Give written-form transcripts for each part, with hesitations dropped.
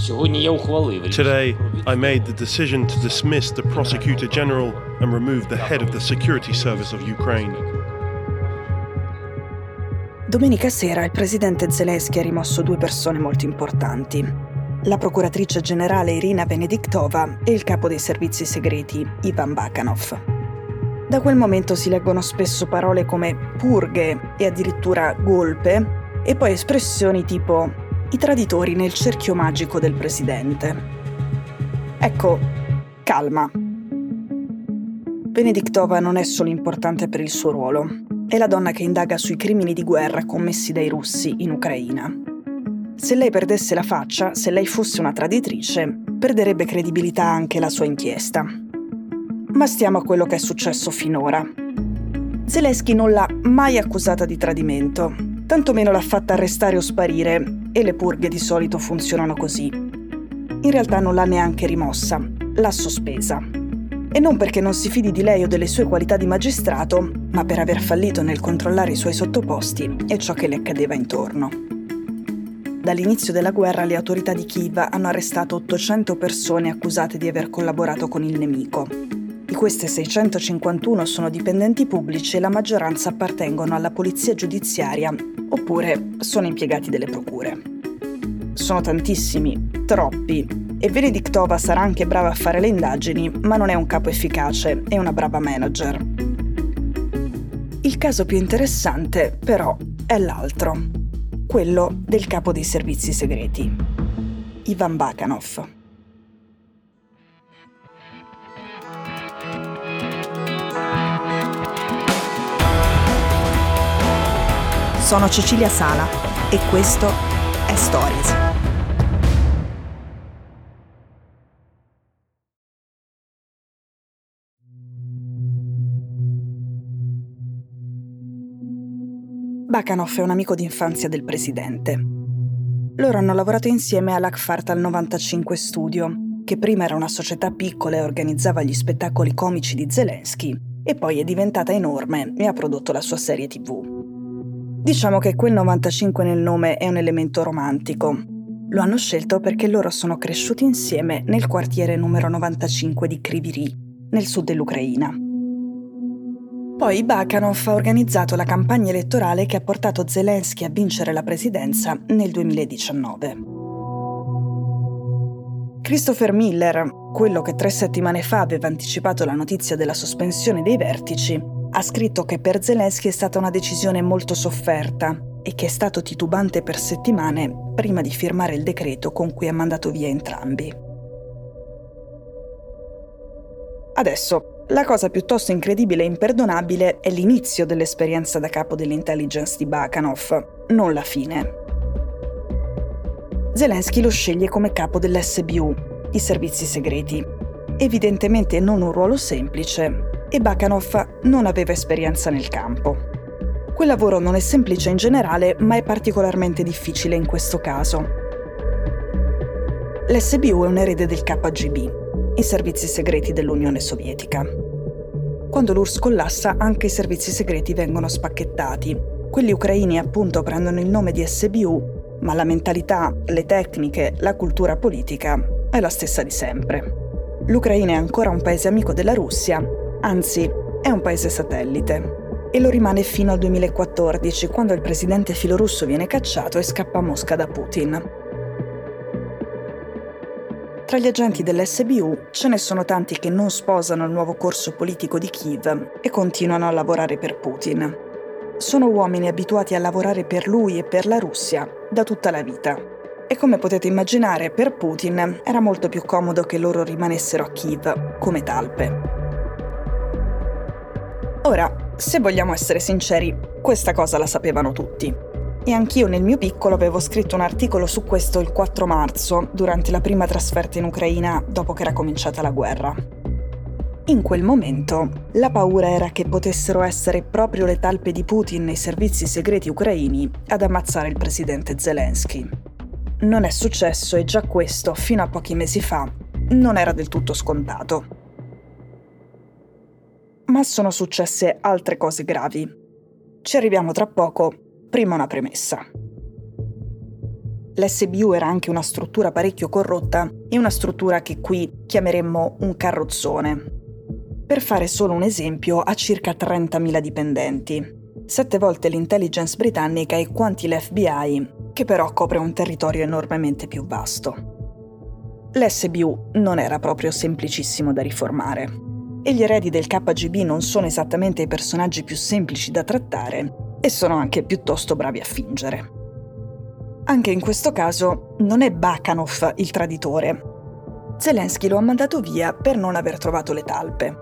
Today, I made the decision to dismiss the Prosecutor General and remove the head of the Security Service of Ukraine. Domenica sera il presidente Zelensky ha rimosso 2 persone molto importanti: la procuratrice generale Irina Venediktova e il capo dei servizi segreti Ivan Bakanov. Da quel momento si leggono spesso parole come purghe e addirittura golpe, e poi espressioni tipo i traditori nel cerchio magico del presidente. Ecco, calma. Venediktova non è solo importante per il suo ruolo, è la donna che indaga sui crimini di guerra commessi dai russi in Ucraina. Se lei perdesse la faccia, se lei fosse una traditrice, perderebbe credibilità anche la sua inchiesta. Ma stiamo a quello che è successo finora. Zelensky non l'ha mai accusata di tradimento, tantomeno l'ha fatta arrestare o sparire, e le purghe di solito funzionano così. In realtà non l'ha neanche rimossa, l'ha sospesa. E non perché non si fidi di lei o delle sue qualità di magistrato, ma per aver fallito nel controllare i suoi sottoposti e ciò che le accadeva intorno. Dall'inizio della guerra le autorità di Kiev hanno arrestato 800 persone accusate di aver collaborato con il nemico. Di queste 651 sono dipendenti pubblici e la maggioranza appartengono alla polizia giudiziaria oppure sono impiegati delle procure. Sono tantissimi, troppi, e Venediktova sarà anche brava a fare le indagini, ma non è un capo efficace, è una brava manager. Il caso più interessante, però, è l'altro, quello del capo dei servizi segreti, Ivan Bakanov. Sono Cecilia Sala e questo è Stories. Bakanov è un amico d'infanzia del presidente. Loro hanno lavorato insieme all'Akfartal 95 Studio, che prima era una società piccola e organizzava gli spettacoli comici di Zelensky, e poi è diventata enorme e ha prodotto la sua serie TV. Diciamo che quel 95 nel nome è un elemento romantico. Lo hanno scelto perché loro sono cresciuti insieme nel quartiere numero 95 di Kryvyi Rih, nel sud dell'Ucraina. Poi Bakanov ha organizzato la campagna elettorale che ha portato Zelensky a vincere la presidenza nel 2019. Christopher Miller, quello che 3 settimane fa aveva anticipato la notizia della sospensione dei vertici, ha scritto che per Zelensky è stata una decisione molto sofferta e che è stato titubante per settimane prima di firmare il decreto con cui ha mandato via entrambi. Adesso, la cosa piuttosto incredibile e imperdonabile è l'inizio dell'esperienza da capo dell'intelligence di Bakanov, non la fine. Zelensky lo sceglie come capo dell'SBU, i servizi segreti. Evidentemente non un ruolo semplice, e Bakanov non aveva esperienza nel campo. Quel lavoro non è semplice in generale, ma è particolarmente difficile in questo caso. L'SBU è un erede del KGB, i servizi segreti dell'Unione Sovietica. Quando l'URSS collassa, anche i servizi segreti vengono spacchettati. Quelli ucraini appunto prendono il nome di SBU, ma la mentalità, le tecniche, la cultura politica è la stessa di sempre. L'Ucraina è ancora un paese amico della Russia, anzi, è un paese satellite. E lo rimane fino al 2014, quando il presidente filorusso viene cacciato e scappa a Mosca da Putin. Tra gli agenti dell'SBU ce ne sono tanti che non sposano il nuovo corso politico di Kiev e continuano a lavorare per Putin. Sono uomini abituati a lavorare per lui e per la Russia da tutta la vita. E come potete immaginare, per Putin era molto più comodo che loro rimanessero a Kiev come talpe. Ora, se vogliamo essere sinceri, questa cosa la sapevano tutti. E anch'io nel mio piccolo avevo scritto un articolo su questo il 4 marzo, durante la prima trasferta in Ucraina dopo che era cominciata la guerra. In quel momento, la paura era che potessero essere proprio le talpe di Putin nei servizi segreti ucraini ad ammazzare il presidente Zelensky. Non è successo e già questo, fino a pochi mesi fa, non era del tutto scontato. Ma sono successe altre cose gravi. Ci arriviamo tra poco, prima una premessa. L'SBU era anche una struttura parecchio corrotta e una struttura che qui chiameremmo un carrozzone. Per fare solo un esempio, ha circa 30.000 dipendenti, 7 volte l'intelligence britannica e quanti l'FBI, che però copre un territorio enormemente più vasto. L'SBU non era proprio semplicissimo da riformare, e gli eredi del KGB non sono esattamente i personaggi più semplici da trattare e sono anche piuttosto bravi a fingere. Anche in questo caso non è Bakhanov il traditore. Zelensky lo ha mandato via per non aver trovato le talpe.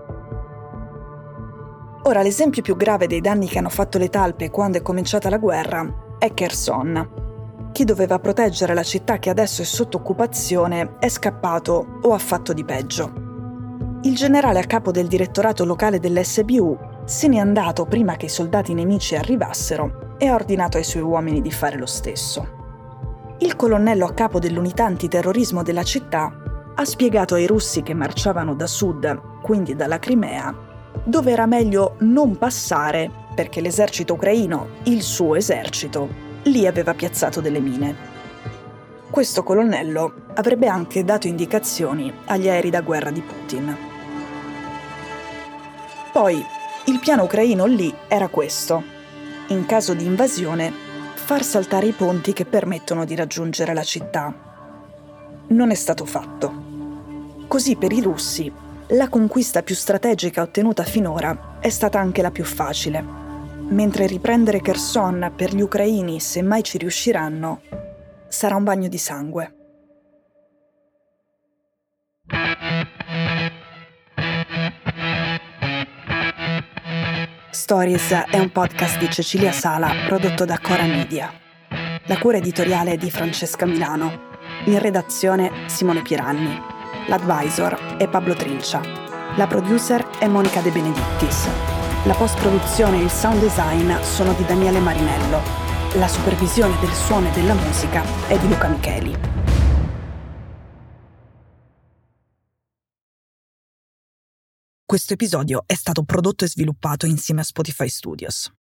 Ora, l'esempio più grave dei danni che hanno fatto le talpe quando è cominciata la guerra è Kherson. Chi doveva proteggere la città che adesso è sotto occupazione è scappato o ha fatto di peggio. Il generale a capo del direttorato locale dell'SBU se n'è andato prima che i soldati nemici arrivassero e ha ordinato ai suoi uomini di fare lo stesso. Il colonnello a capo dell'unità antiterrorismo della città ha spiegato ai russi che marciavano da sud, quindi dalla Crimea, dove era meglio non passare perché l'esercito ucraino, il suo esercito, lì aveva piazzato delle mine. Questo colonnello avrebbe anche dato indicazioni agli aerei da guerra di Putin. Poi, il piano ucraino lì era questo: in caso di invasione, far saltare i ponti che permettono di raggiungere la città. Non è stato fatto. Così per i russi, la conquista più strategica ottenuta finora è stata anche la più facile, mentre riprendere Kherson per gli ucraini, se mai ci riusciranno, sarà un bagno di sangue. Stories è un podcast di Cecilia Sala prodotto da Cora Media. La cura editoriale è di Francesca Milano. In redazione Simone Piranni. L'advisor è Pablo Trincia. La producer è Monica De Benedictis. La post-produzione e il sound design sono di Daniele Marinello. La supervisione del suono e della musica è di Luca Micheli. Questo episodio è stato prodotto e sviluppato insieme a Spotify Studios.